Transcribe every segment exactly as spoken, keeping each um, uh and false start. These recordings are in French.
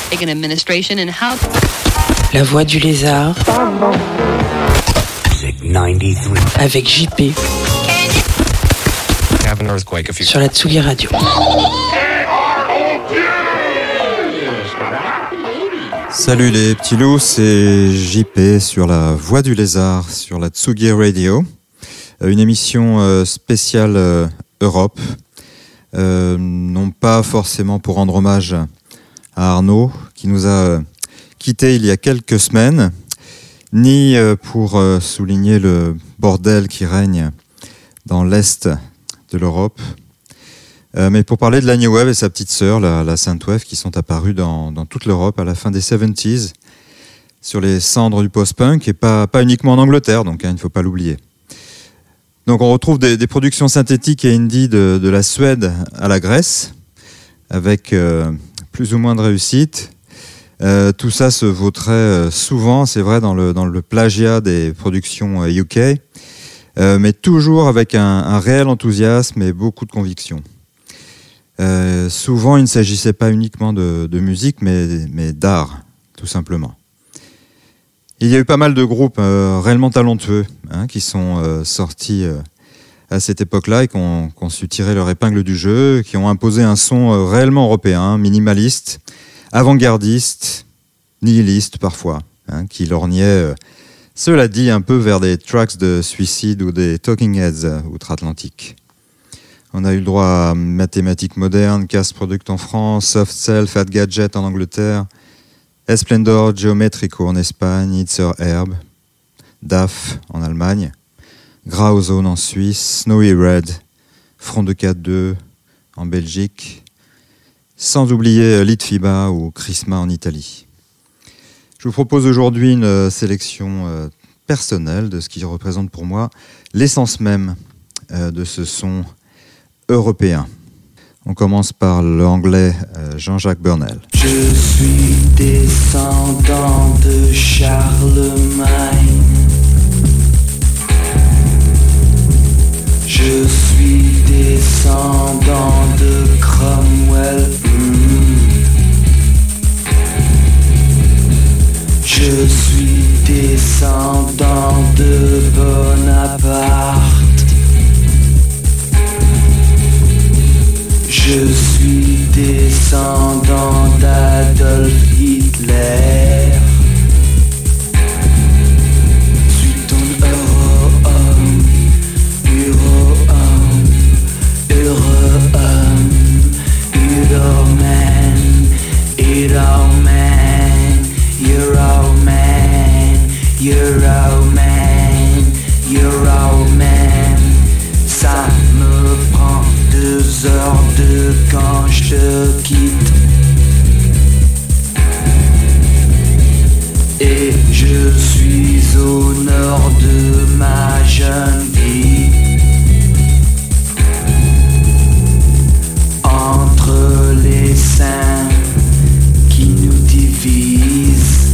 La voix du lézard avec J P sur la Tsugi Radio. Salut les petits loups, c'est J P sur la voix du lézard sur la Tsugi Radio, une émission spéciale Europe, euh, non pas forcément pour rendre hommage à Arnaud qui nous a quittés il y a quelques semaines, ni pour souligner le bordel qui règne dans l'est de l'Europe, euh, mais pour parler de la New Wave et sa petite sœur, la, la Synthwave, qui sont apparues dans, dans toute l'Europe à la fin des soixante-dix sur les cendres du post-punk, et pas, pas uniquement en Angleterre, donc hein, il ne faut pas l'oublier. Donc on retrouve des, des productions synthétiques et indie de, de la Suède à la Grèce, avec euh, plus ou moins de réussite. Euh, tout ça se vautrait souvent, c'est vrai, dans le, dans le plagiat des productions U K, euh, mais toujours avec un, un réel enthousiasme et beaucoup de conviction. Euh, souvent, il ne s'agissait pas uniquement de, de musique, mais, mais d'art, tout simplement. Il y a eu pas mal de groupes euh, réellement talentueux hein, qui sont euh, sortis euh, à cette époque-là et qui ont, qui ont su tirer leur épingle du jeu, qui ont imposé un son euh, réellement européen, minimaliste, avant-gardiste, nihiliste parfois, hein, qui lorgnait, euh, cela dit, un peu vers des tracks de Suicide ou des Talking Heads euh, outre-Atlantique. On a eu le droit à Mathématiques modernes, Cast Product en France, Soft Cell, Fat Gadget en Angleterre, Esplendor Geometrico en Espagne, Itzer Herb, D A F en Allemagne, Grauzone en Suisse, Snowy Red, Front de K deux en Belgique, sans oublier Litfiba ou Chrisma en Italie. Je vous propose aujourd'hui une sélection personnelle de ce qui représente pour moi l'essence même de ce son européen. On commence par l'anglais euh, Jean-Jacques Burnel. Je suis descendant de Charlemagne. Je suis descendant de Cromwell. Mmh. Je suis descendant de Bonaparte. Je suis descendant d'Adolf Hitler. Suis ton euro-homme, euro-homme, euro-homme, euro-man, euro-man, euro-man, euro-man, euro-man. Ça me prend deux heures de quand je te quitte. Et je suis au nord de ma jeune vie. Entre les seins qui nous divisent.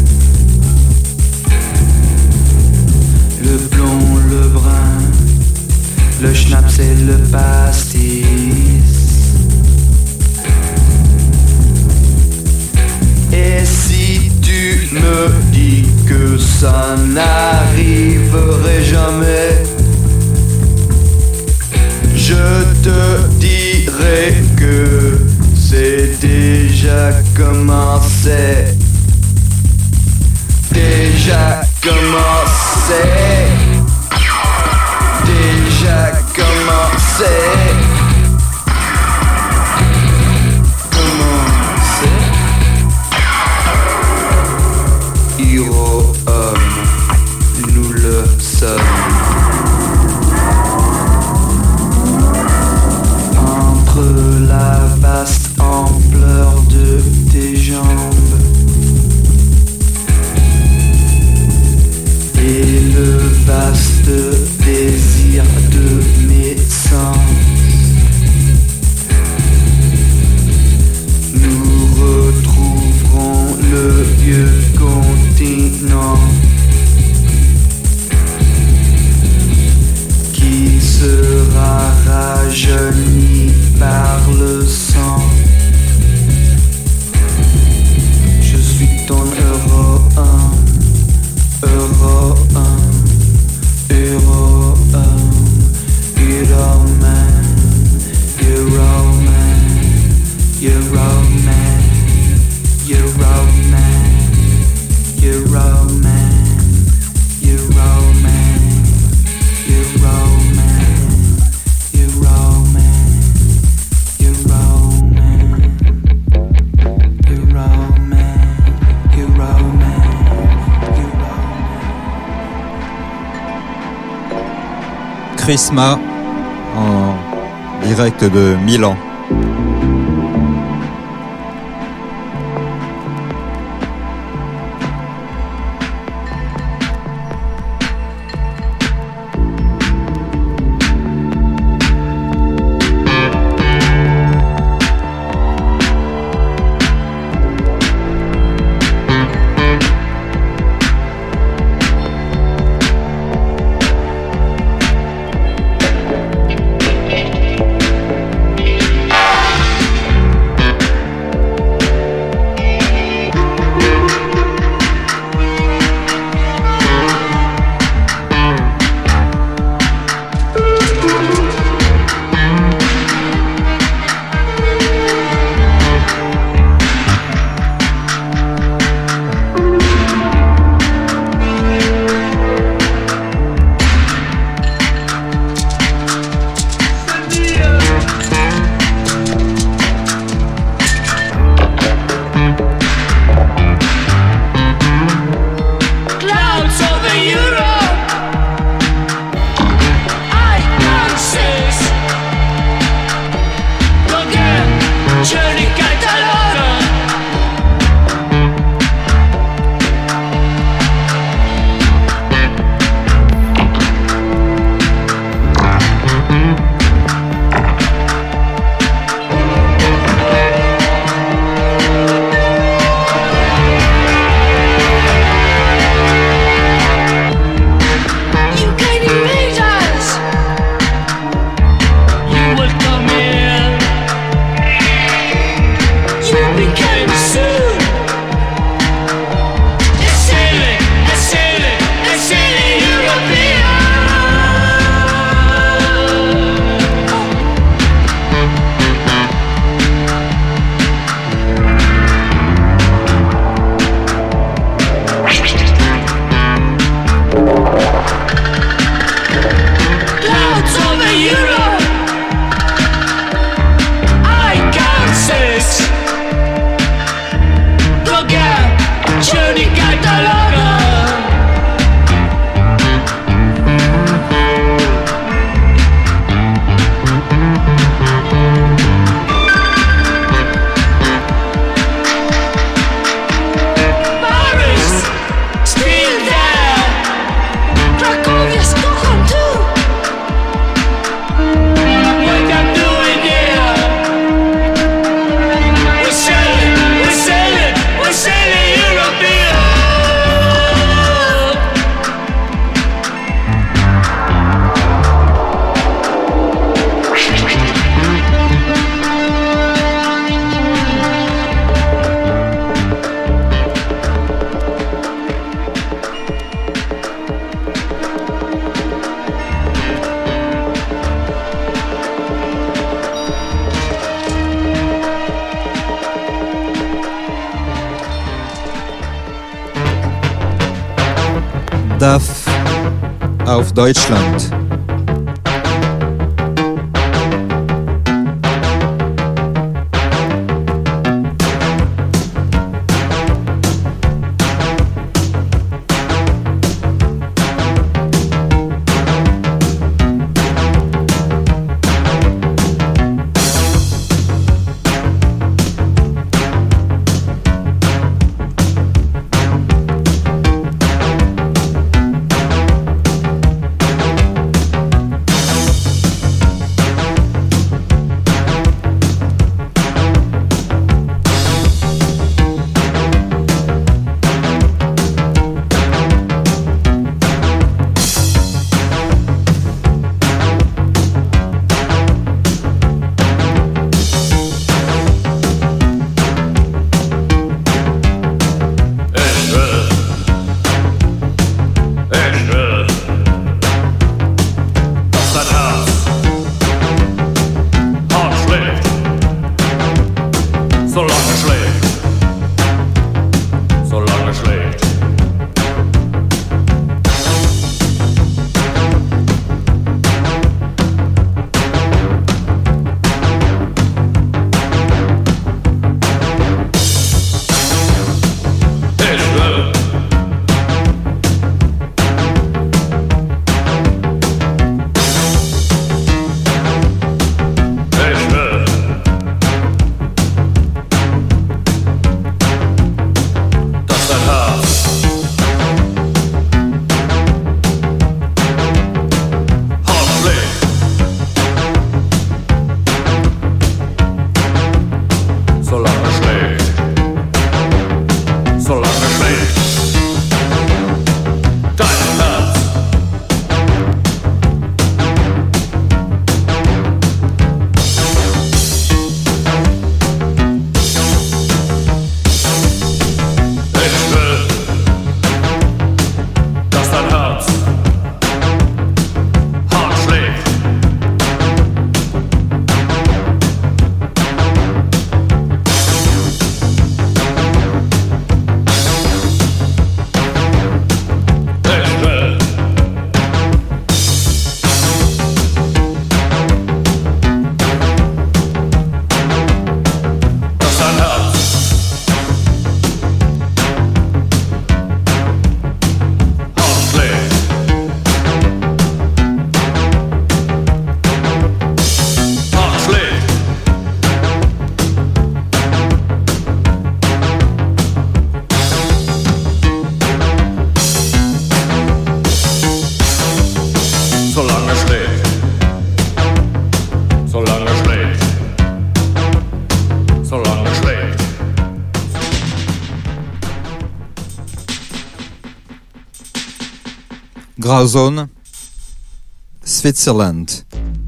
Le blond, le brun, le schnapps et le pastis. Et si tu me dis que ça n'arriverait jamais, je te dirai que c'est déjà commencé. Déjà commencé. Déjà commencé. Commencé. Hero homme, nous le sommes. Entre la vaste ampleur de tes jambes et le Chrisma en direct de Milan. D A F auf Deutschland. along the trail. Grauzone, Switzerland.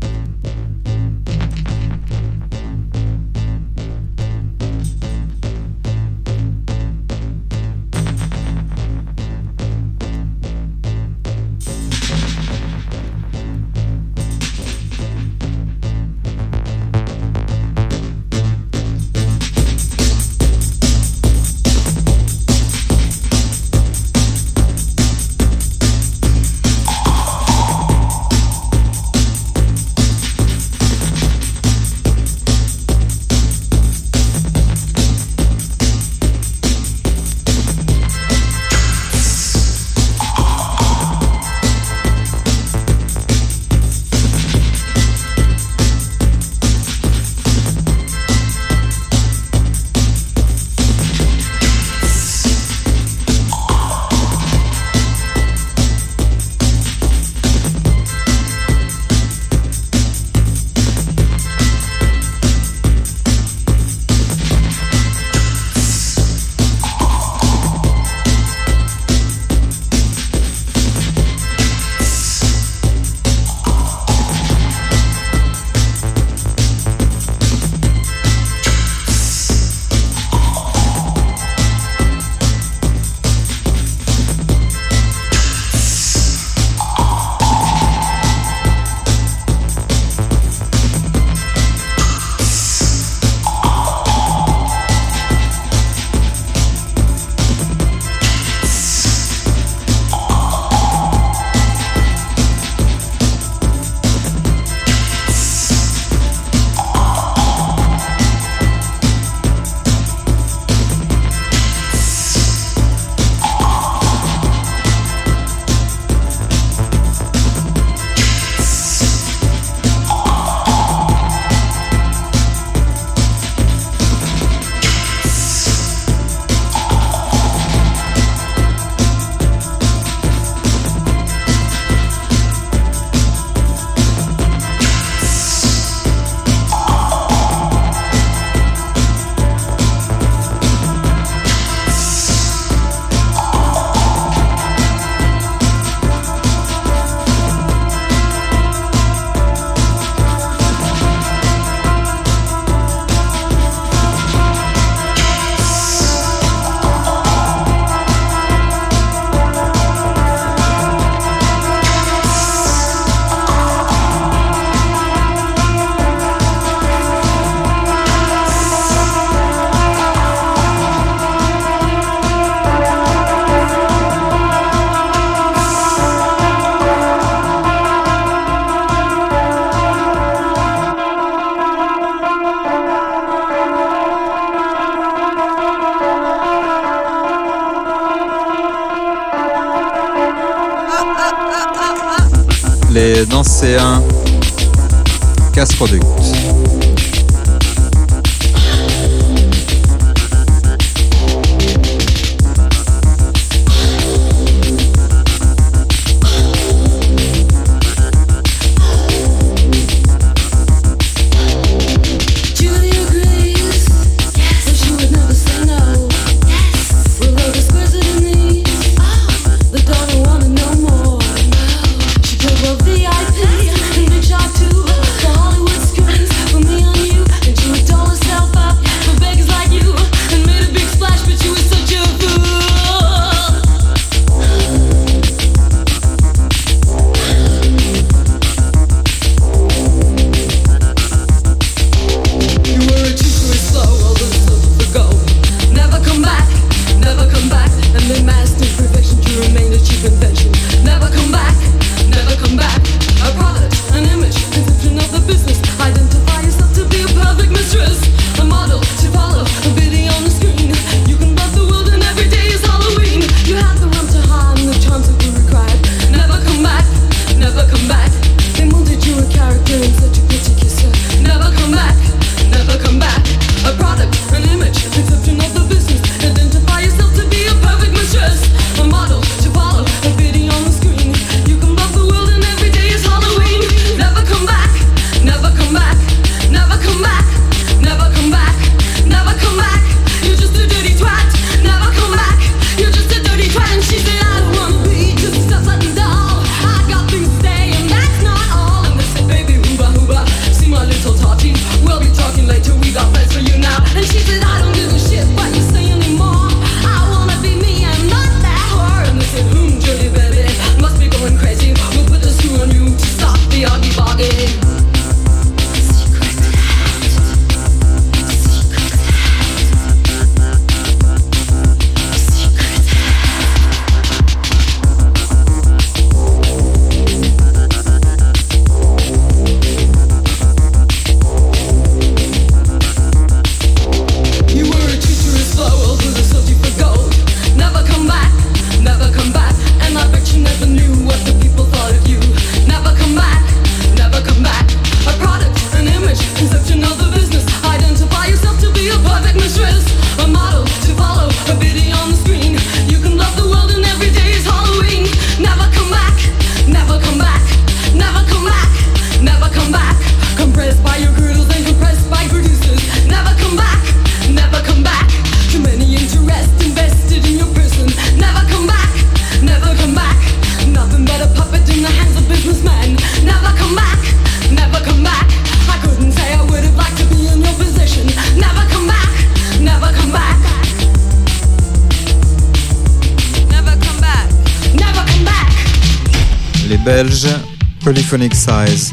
Les Nancéens Casse Product. V I P, in the job too. Hollywood screens. belge Polyphonic Size.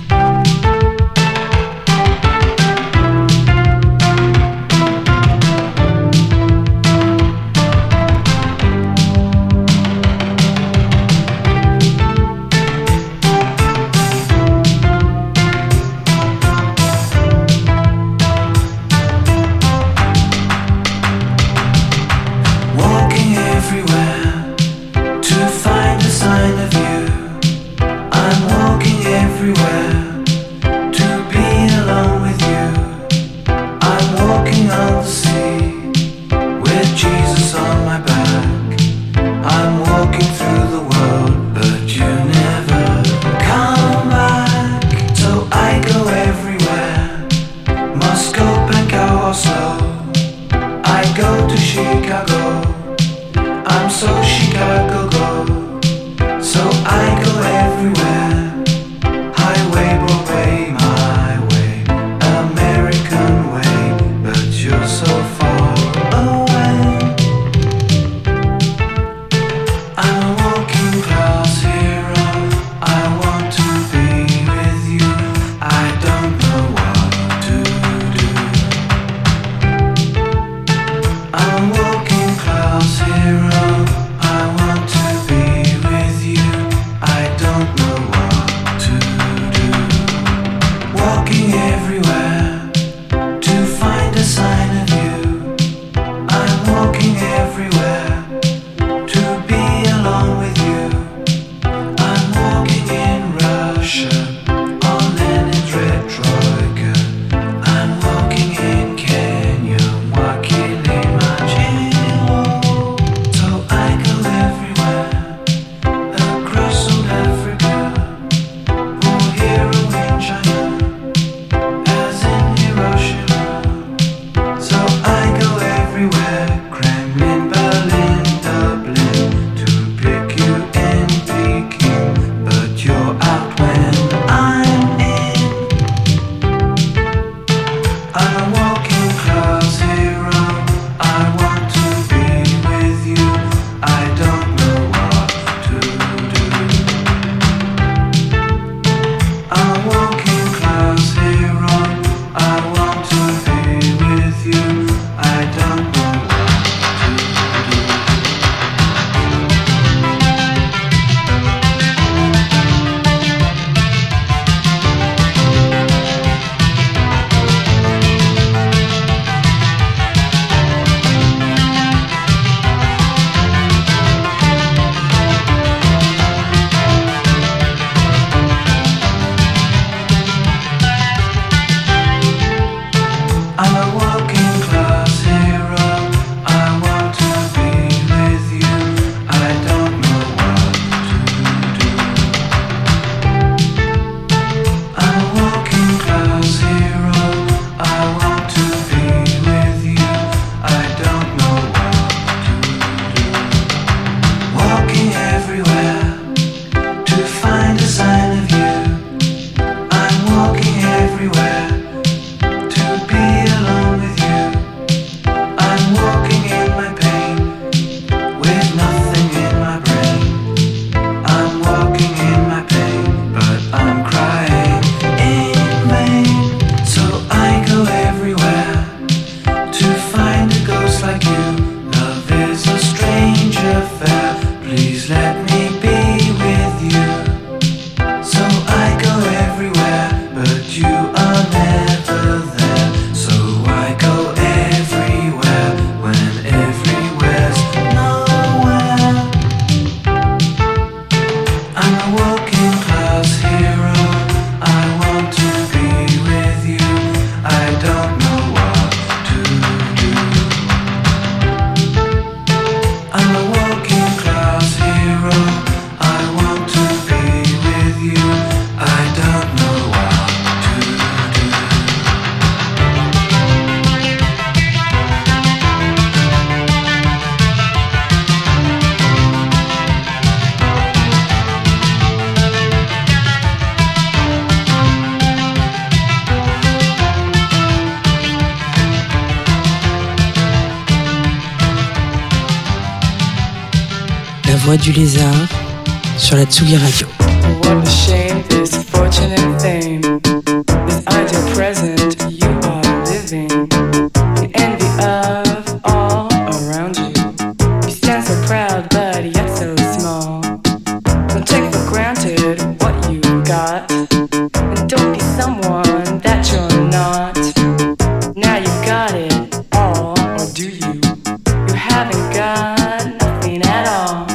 La Voix du Lézard sur la Tsugi Radio. all the shame, this fortune and fame, this ideal present you are living, the envy of all around you. You stand so proud, but yet so small. Don't take for granted what you've got, and don't be someone that you're not. Now you got it all, or do you? You haven't got nothing at all.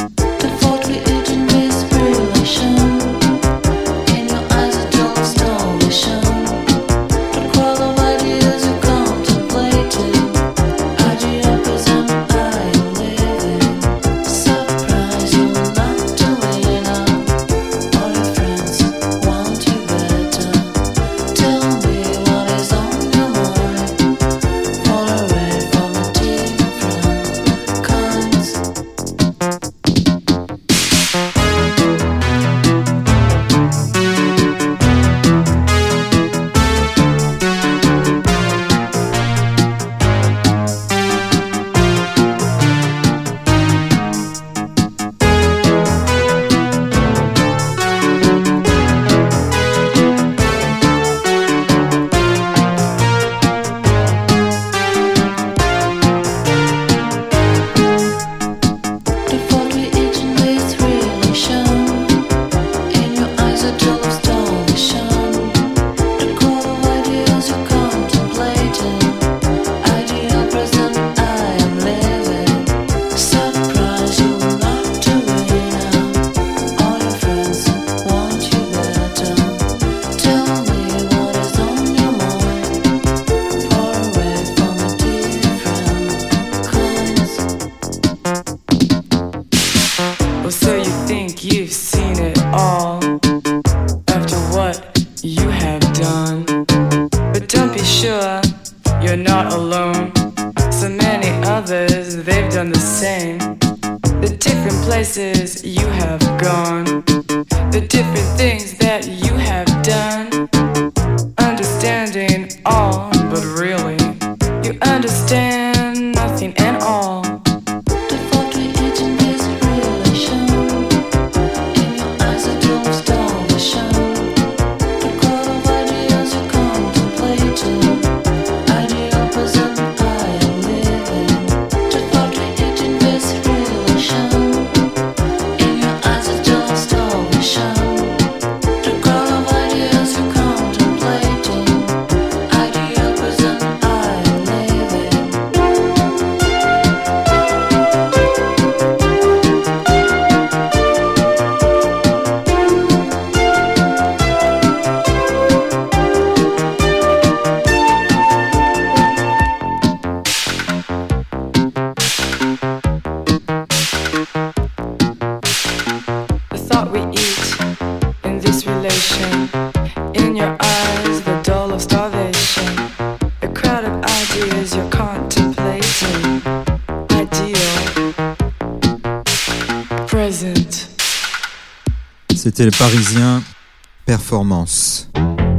C'était le Parisien Performance.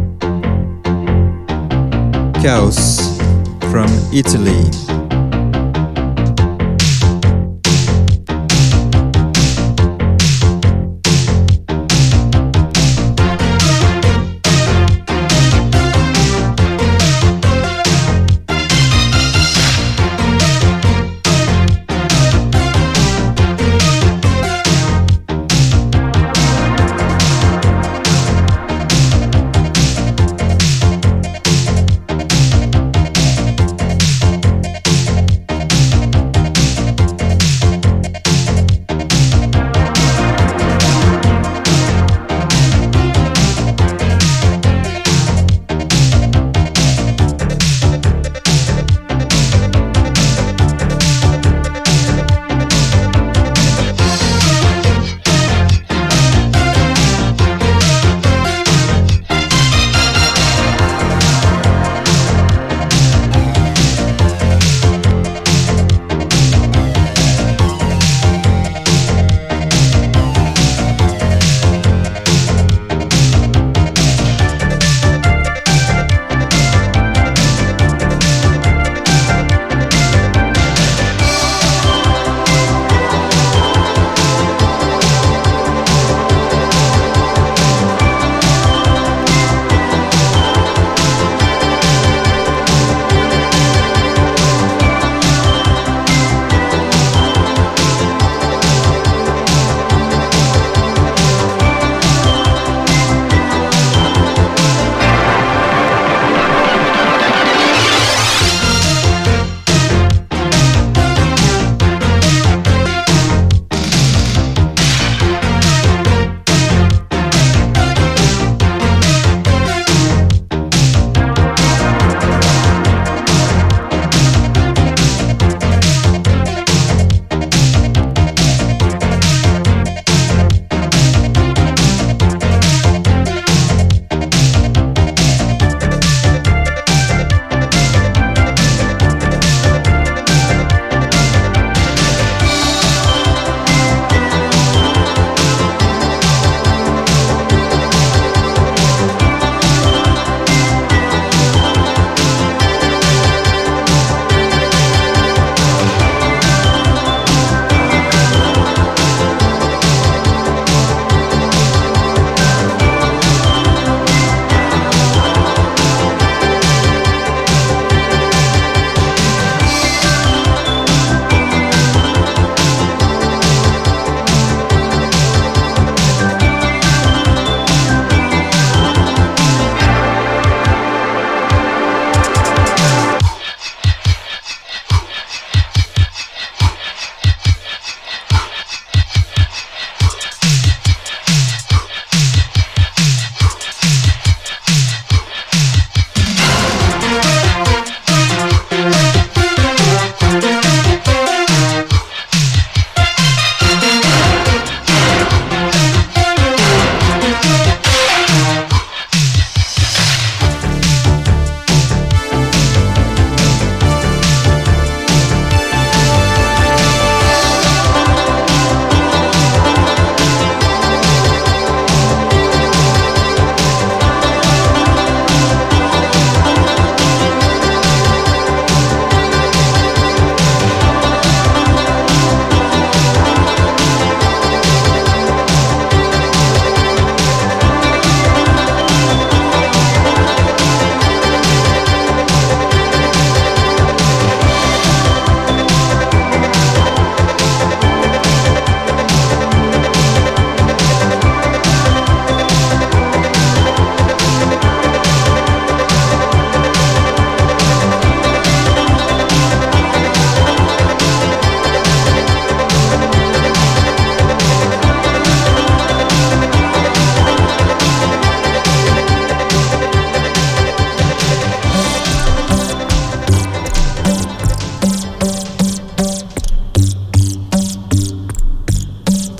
Chaos from Italy.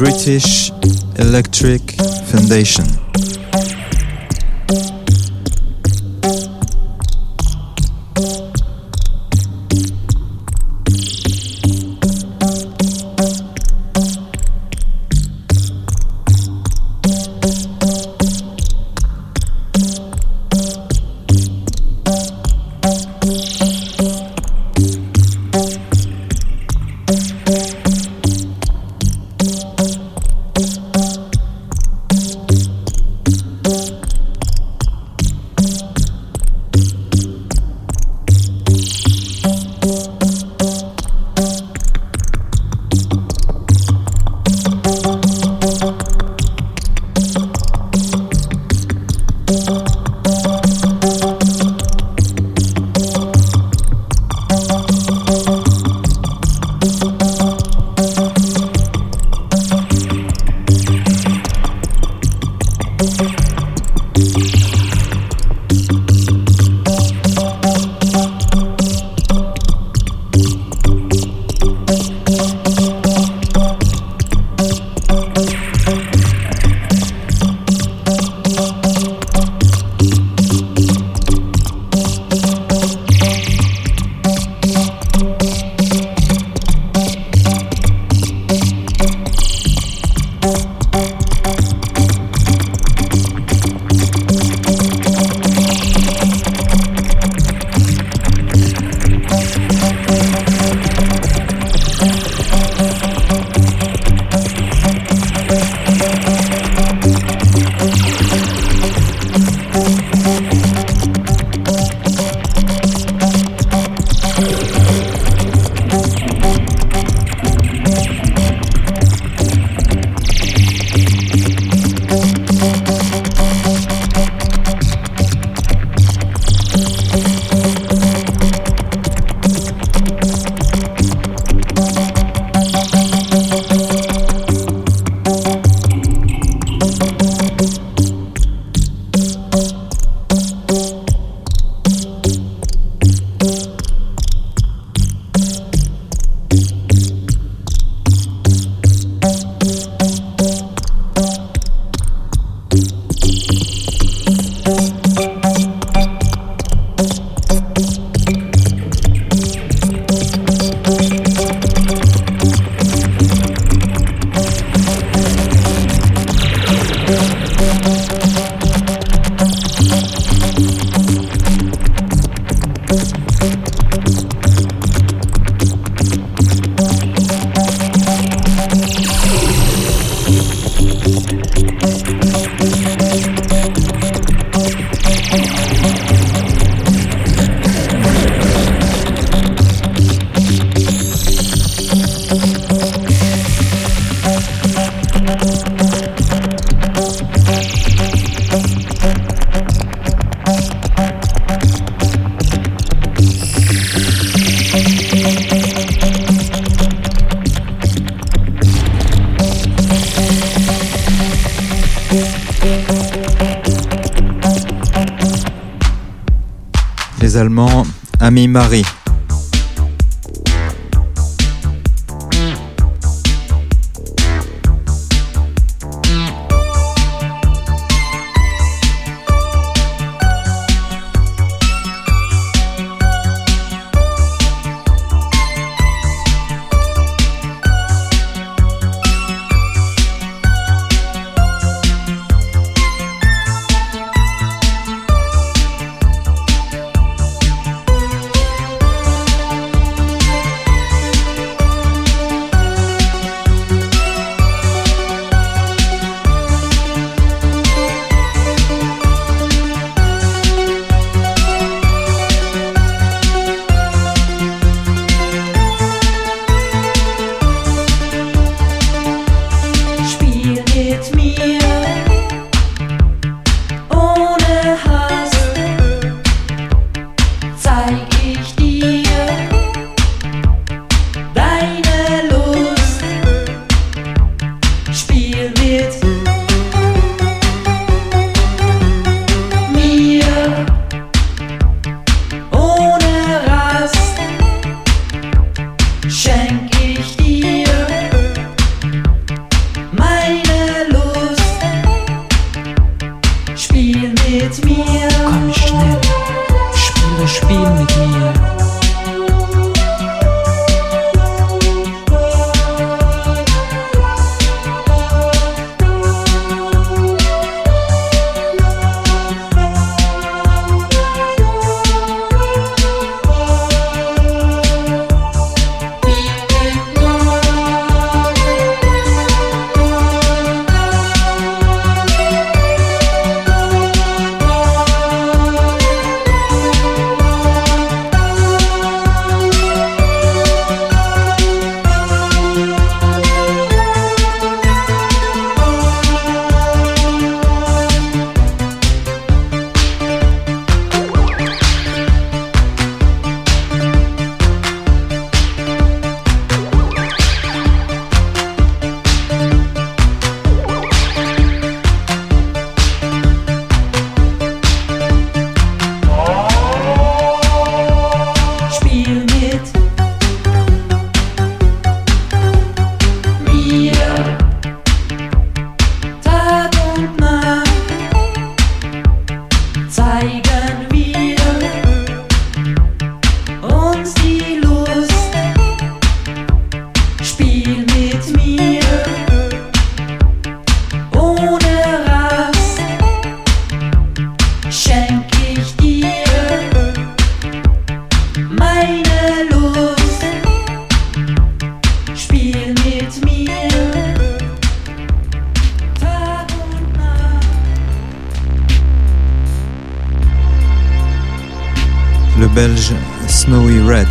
British Electric Foundation. Les Allemands, Ami Marie. belge Snowy Red.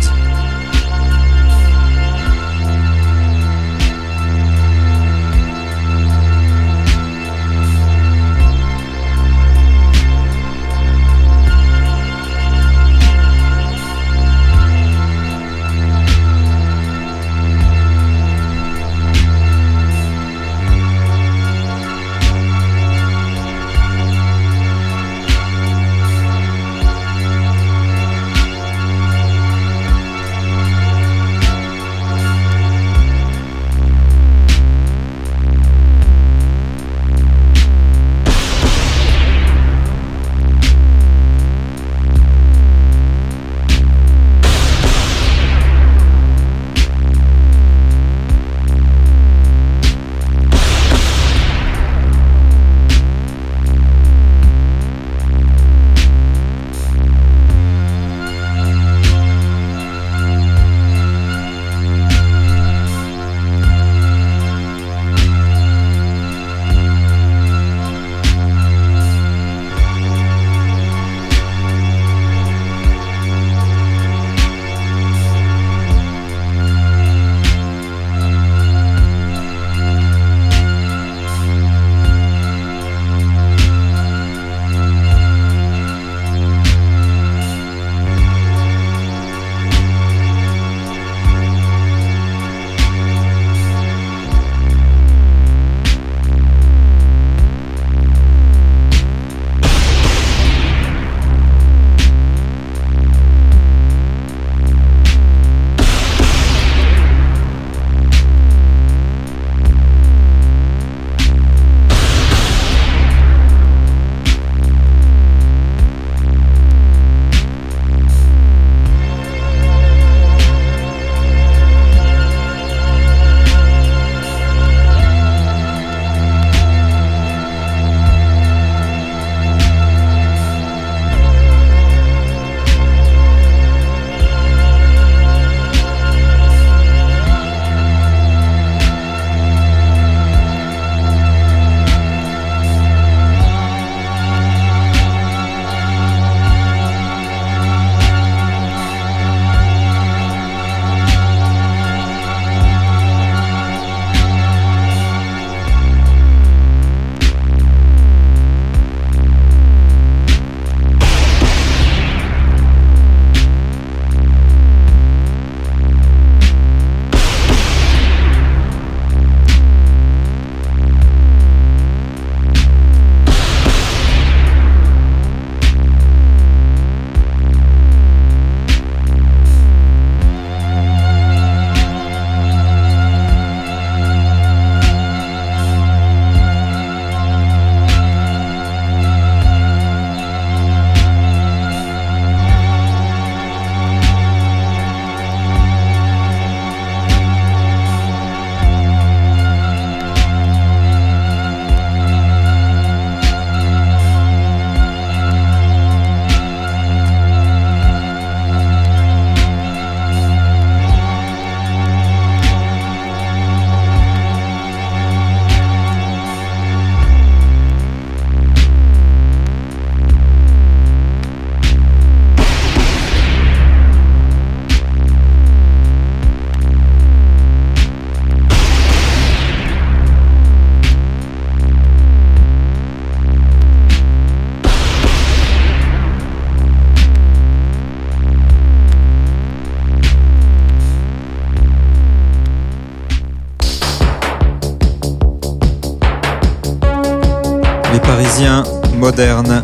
Parisien moderne.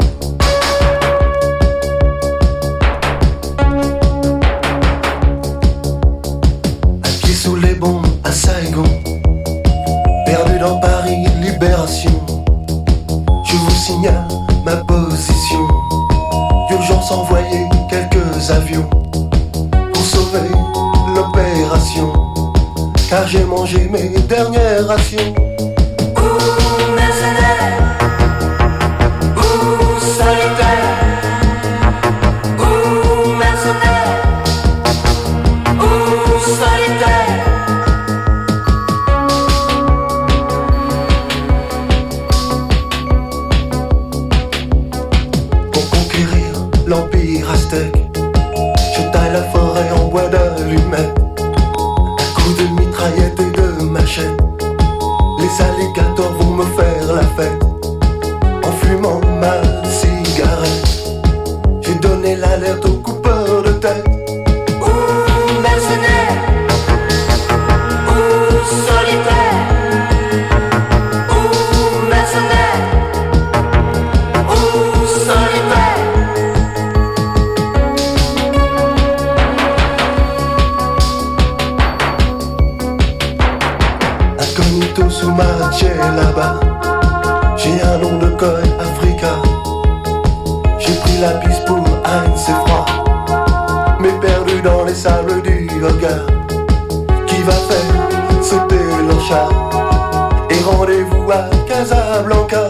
À pied sous les bombes à Saigon, perdu dans Paris, libération. Je vous signale ma position. D'urgence envoyer quelques avions pour sauver l'opération, car j'ai mangé mes dernières rations. Ouh, mercenaire, ouh, solitaire, ouh, mercenaire, ouh, solitaire. Pour conquérir l'empire aztèque, Plutôt sous ma tchè là-bas. J'ai un nom de code Africa. J'ai pris la piste pour Heinz, c'est froid. Mais perdu dans les sables du regard. Qui va faire sauter leur chat? Et rendez-vous à Casablanca.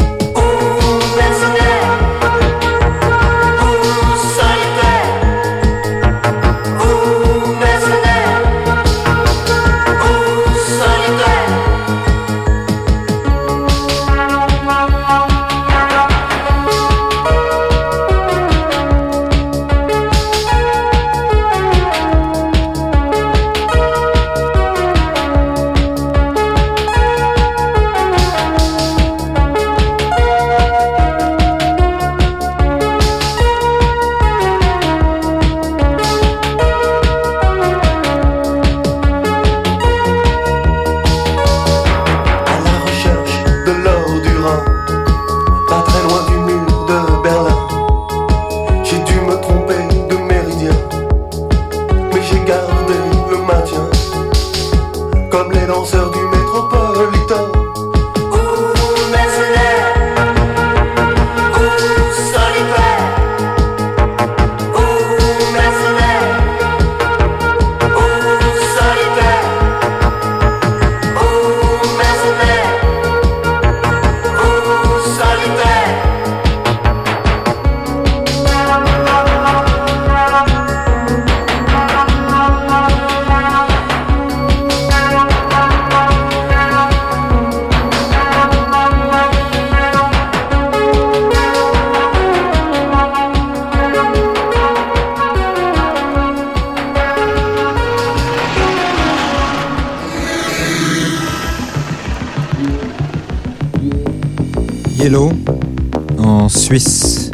Yellow en Suisse.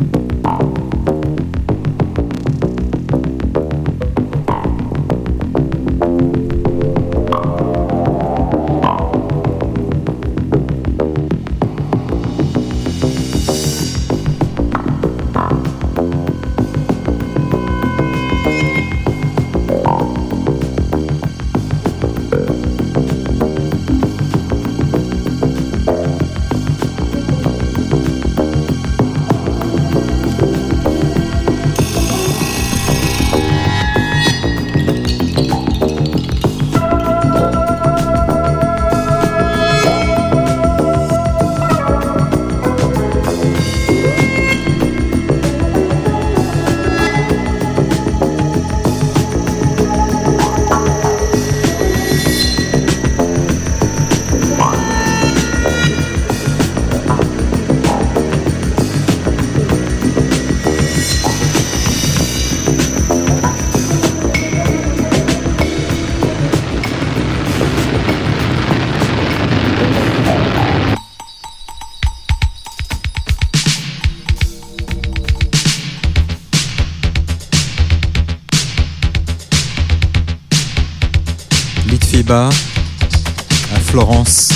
Litfiba à Florence.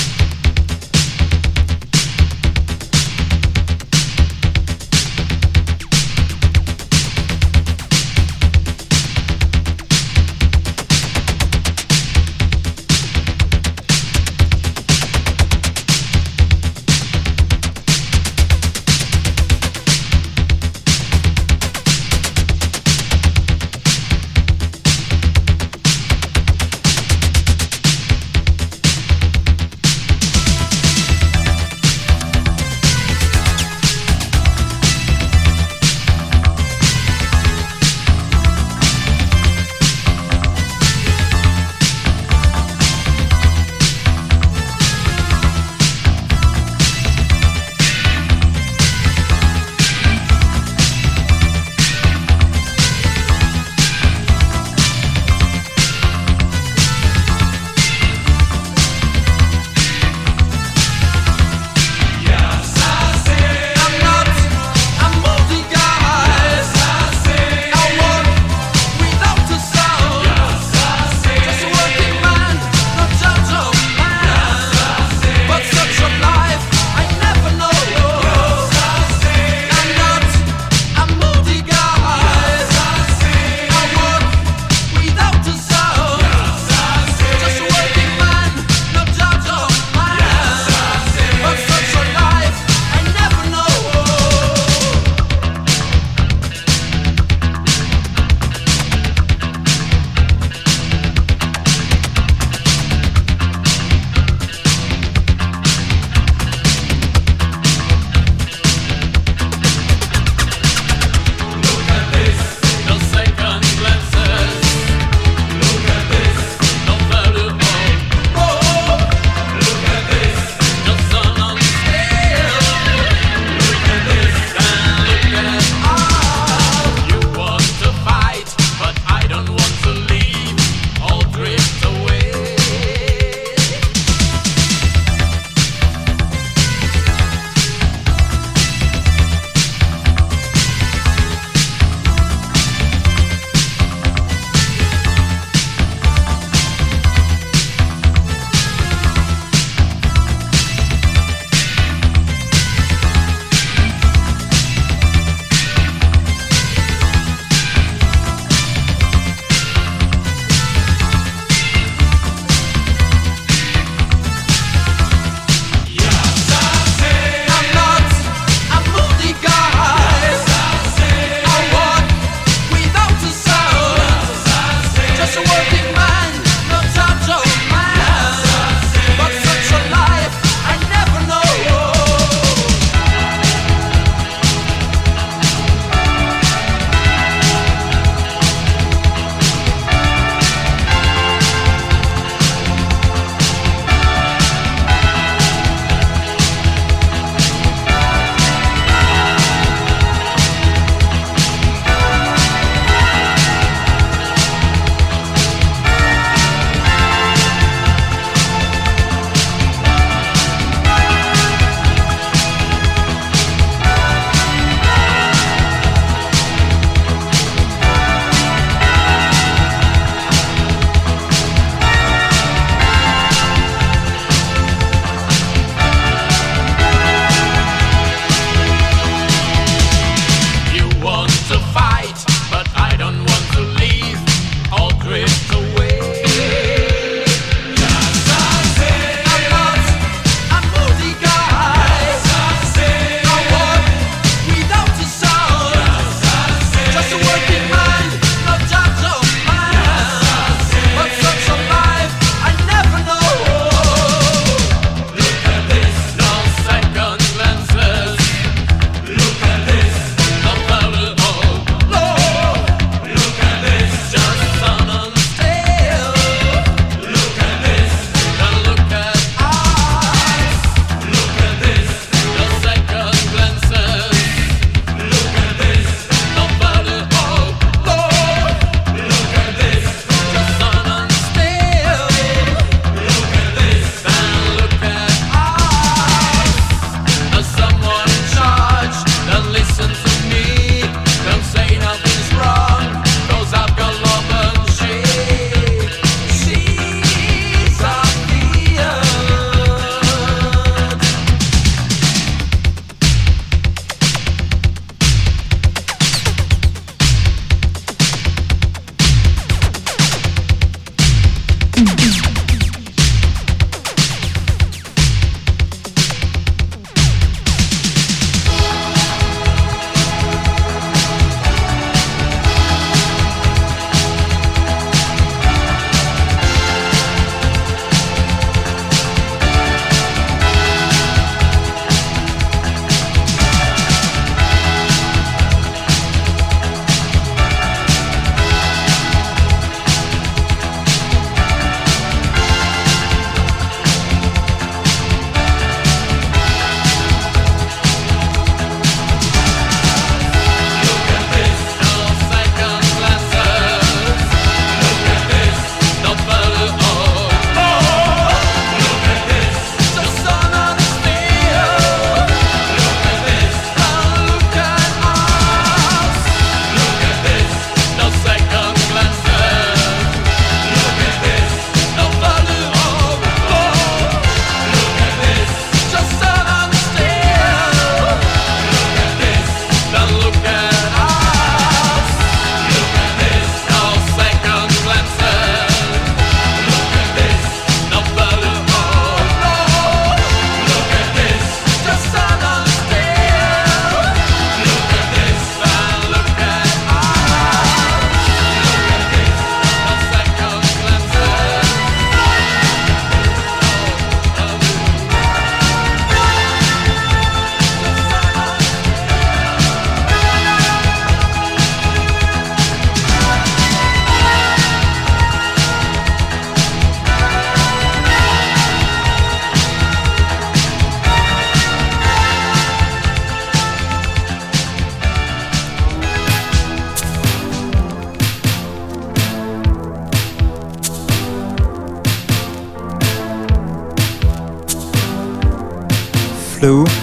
Flow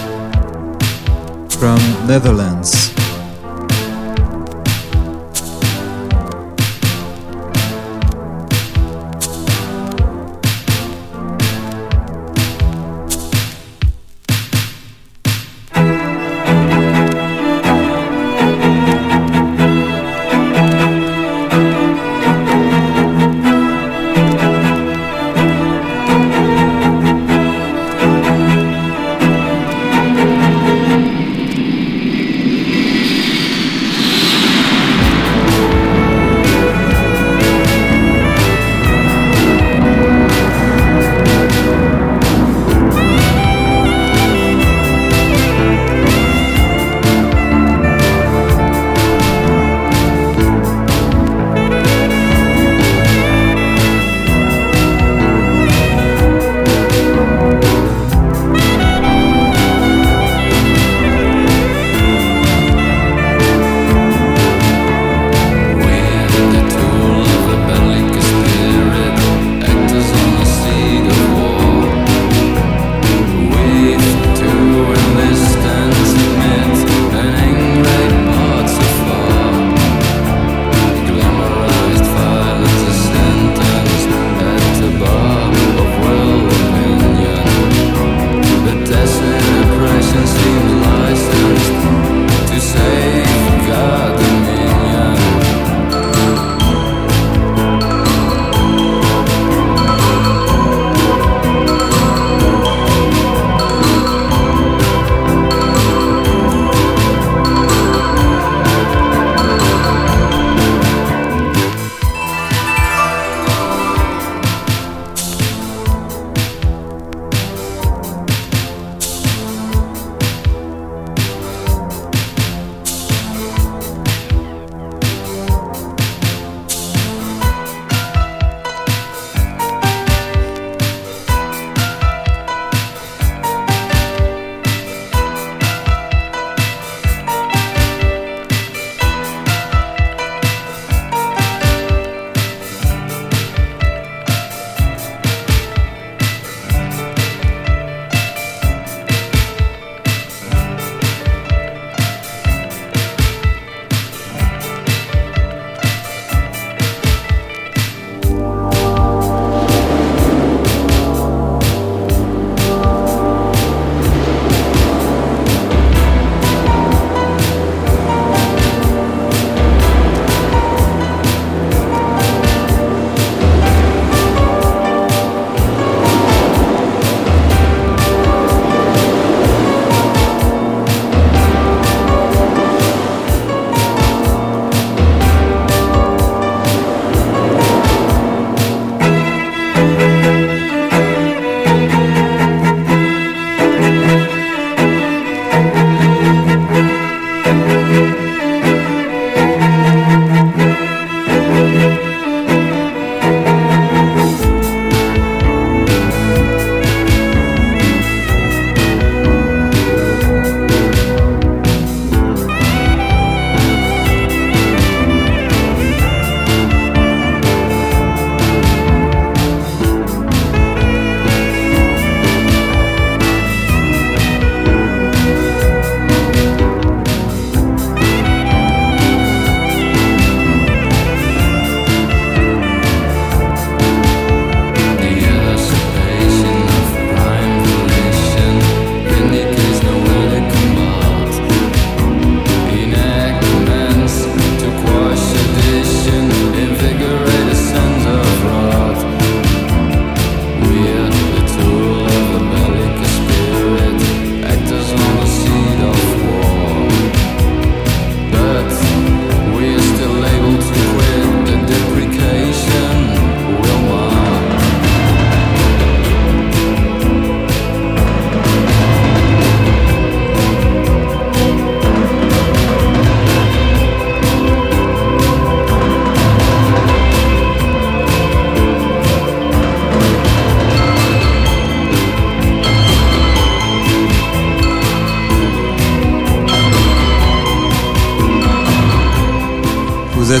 from Netherlands.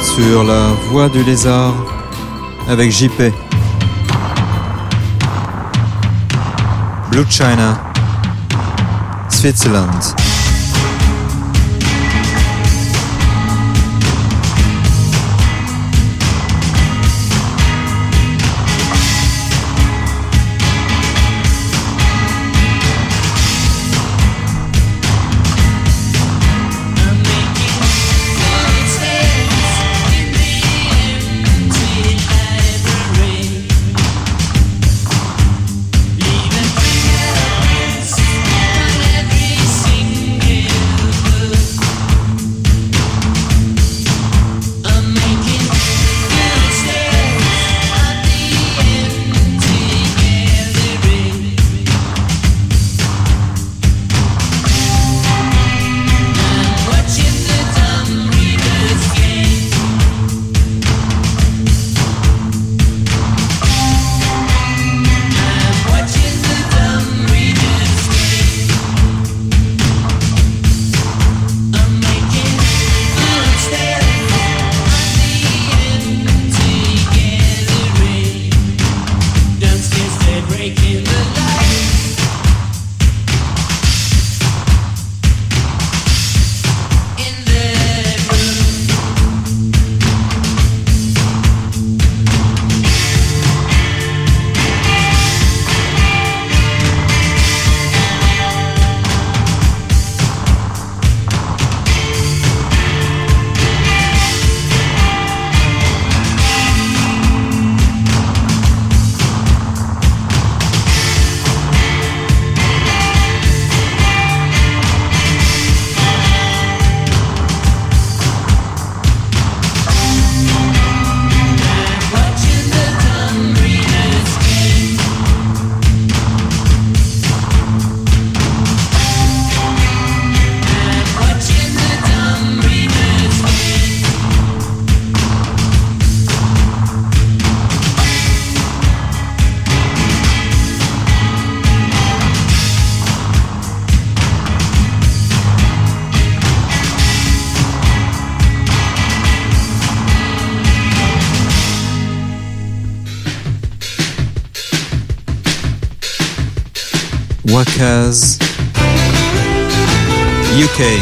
êtes sur la Voix du Lézard avec J P. Blue China, Switzerland. Wacaz, U K.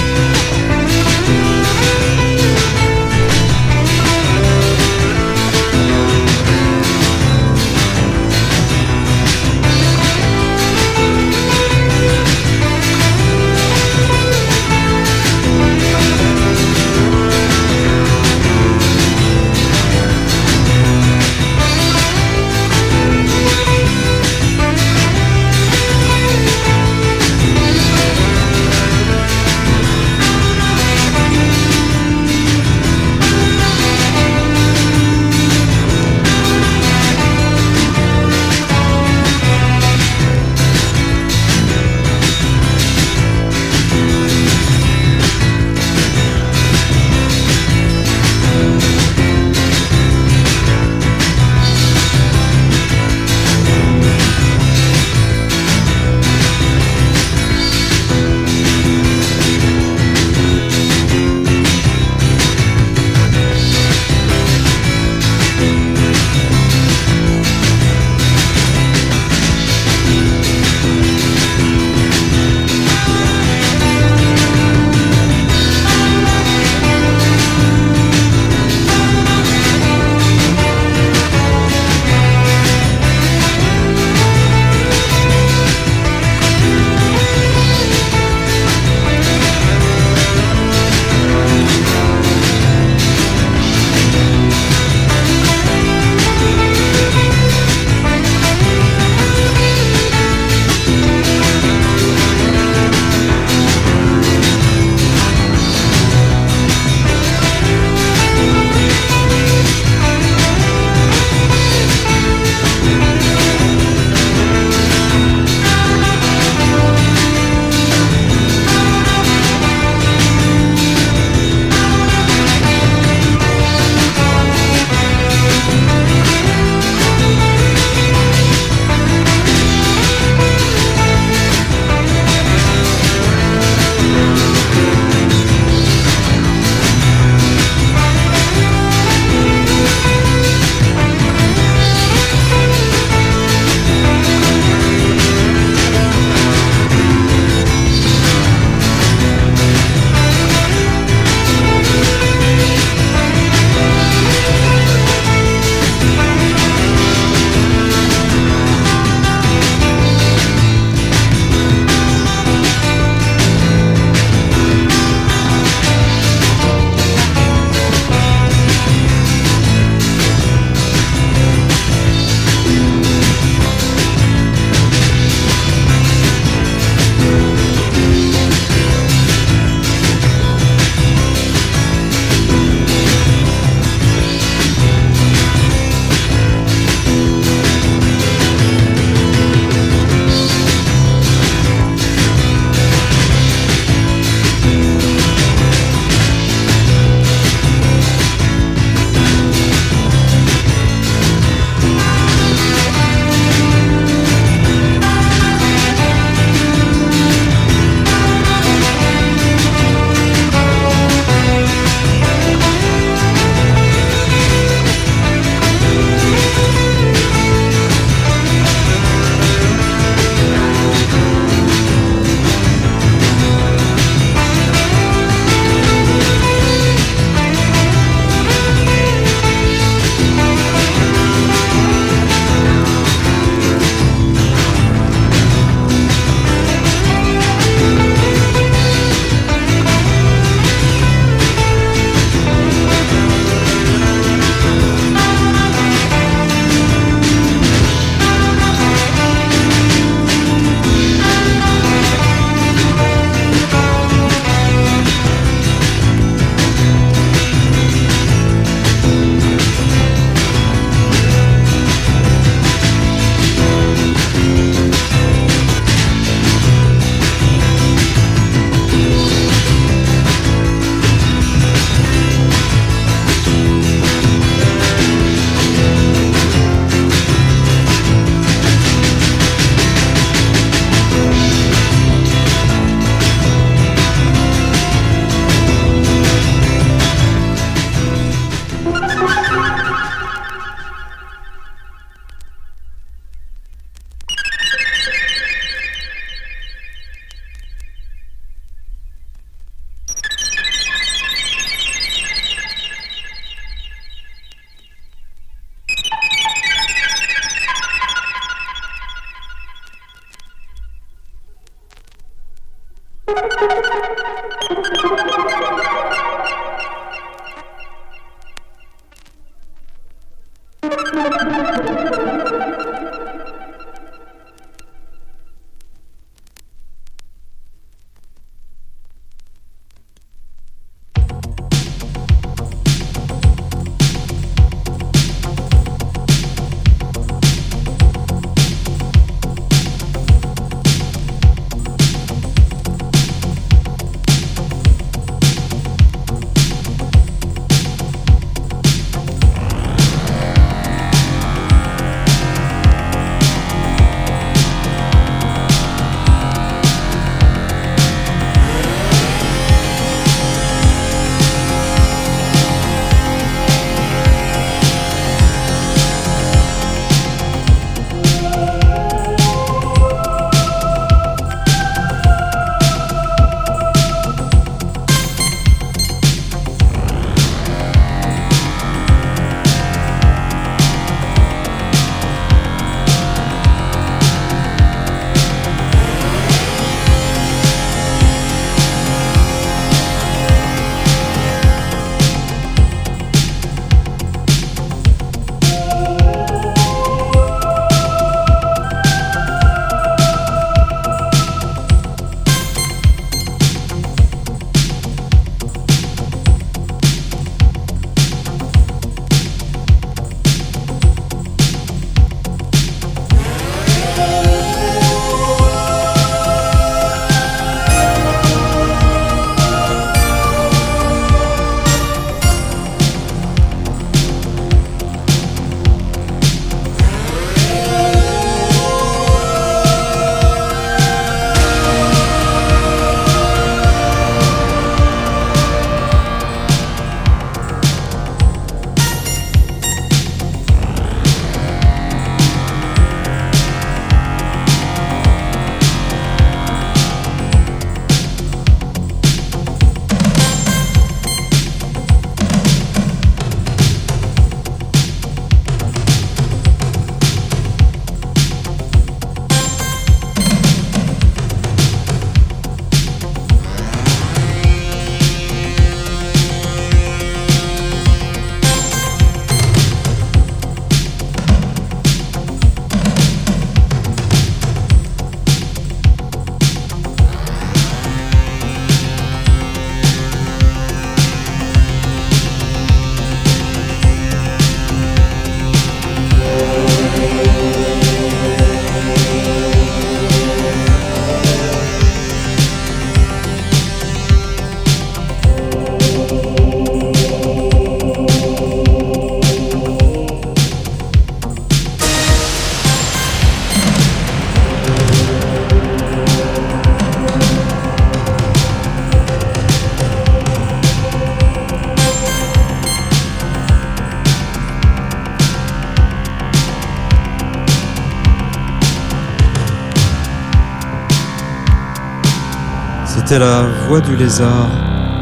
C'était la Voix du Lézard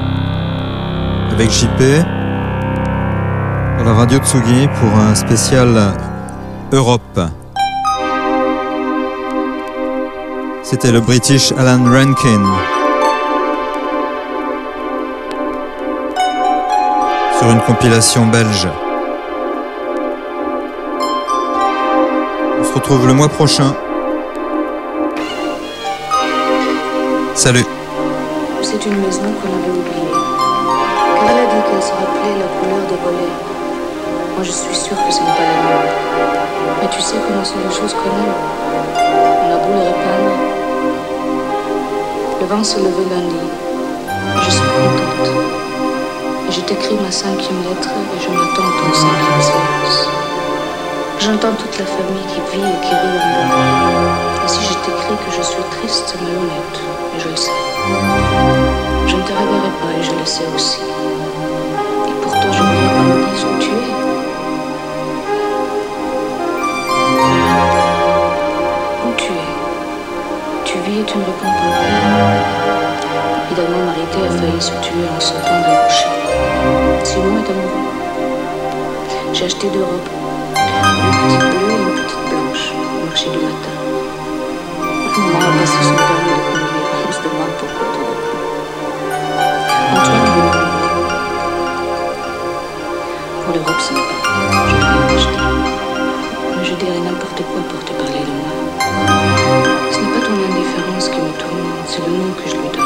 avec J P à la radio Tsugi pour un spécial Europe. C'était le British Alan Rankin sur une compilation belge. On se retrouve le mois prochain. Salut. C'est une maison qu'on avait oubliée. Car elle a dit qu'elle se rappelait la couleur des volets. Moi je suis sûre que ce n'est pas la même. Mais tu sais comment sont les choses qu'on aime. On a beau les répandre. Le vent s'est levé lundi. Je suis contente. Et je t'écris ma cinquième lettre et je m'attends ton cinquième silence. J'entends toute la famille qui vit et qui rit en moi. Et si je t'écris que je suis triste, c'est malhonnête. Et je le sais. Je ne te reverrai pas et je le sais aussi. Et pourtant je voudrais qu'on me dise où tu es. Où tu es? Tu vis et tu ne réponds pas. Évidemment, Marité a failli se tuer en sautant d'un rocher. Simon est amoureux. J'ai acheté deux robes. Une petite bleue et une petite blanche au marché du matin. Maman a passé son permis de conduire. On se demande pourquoi tout pourquoi pour te parler de moi. Ce n'est pas ton indifférence qui me tourmente, c'est le nom que je lui donne.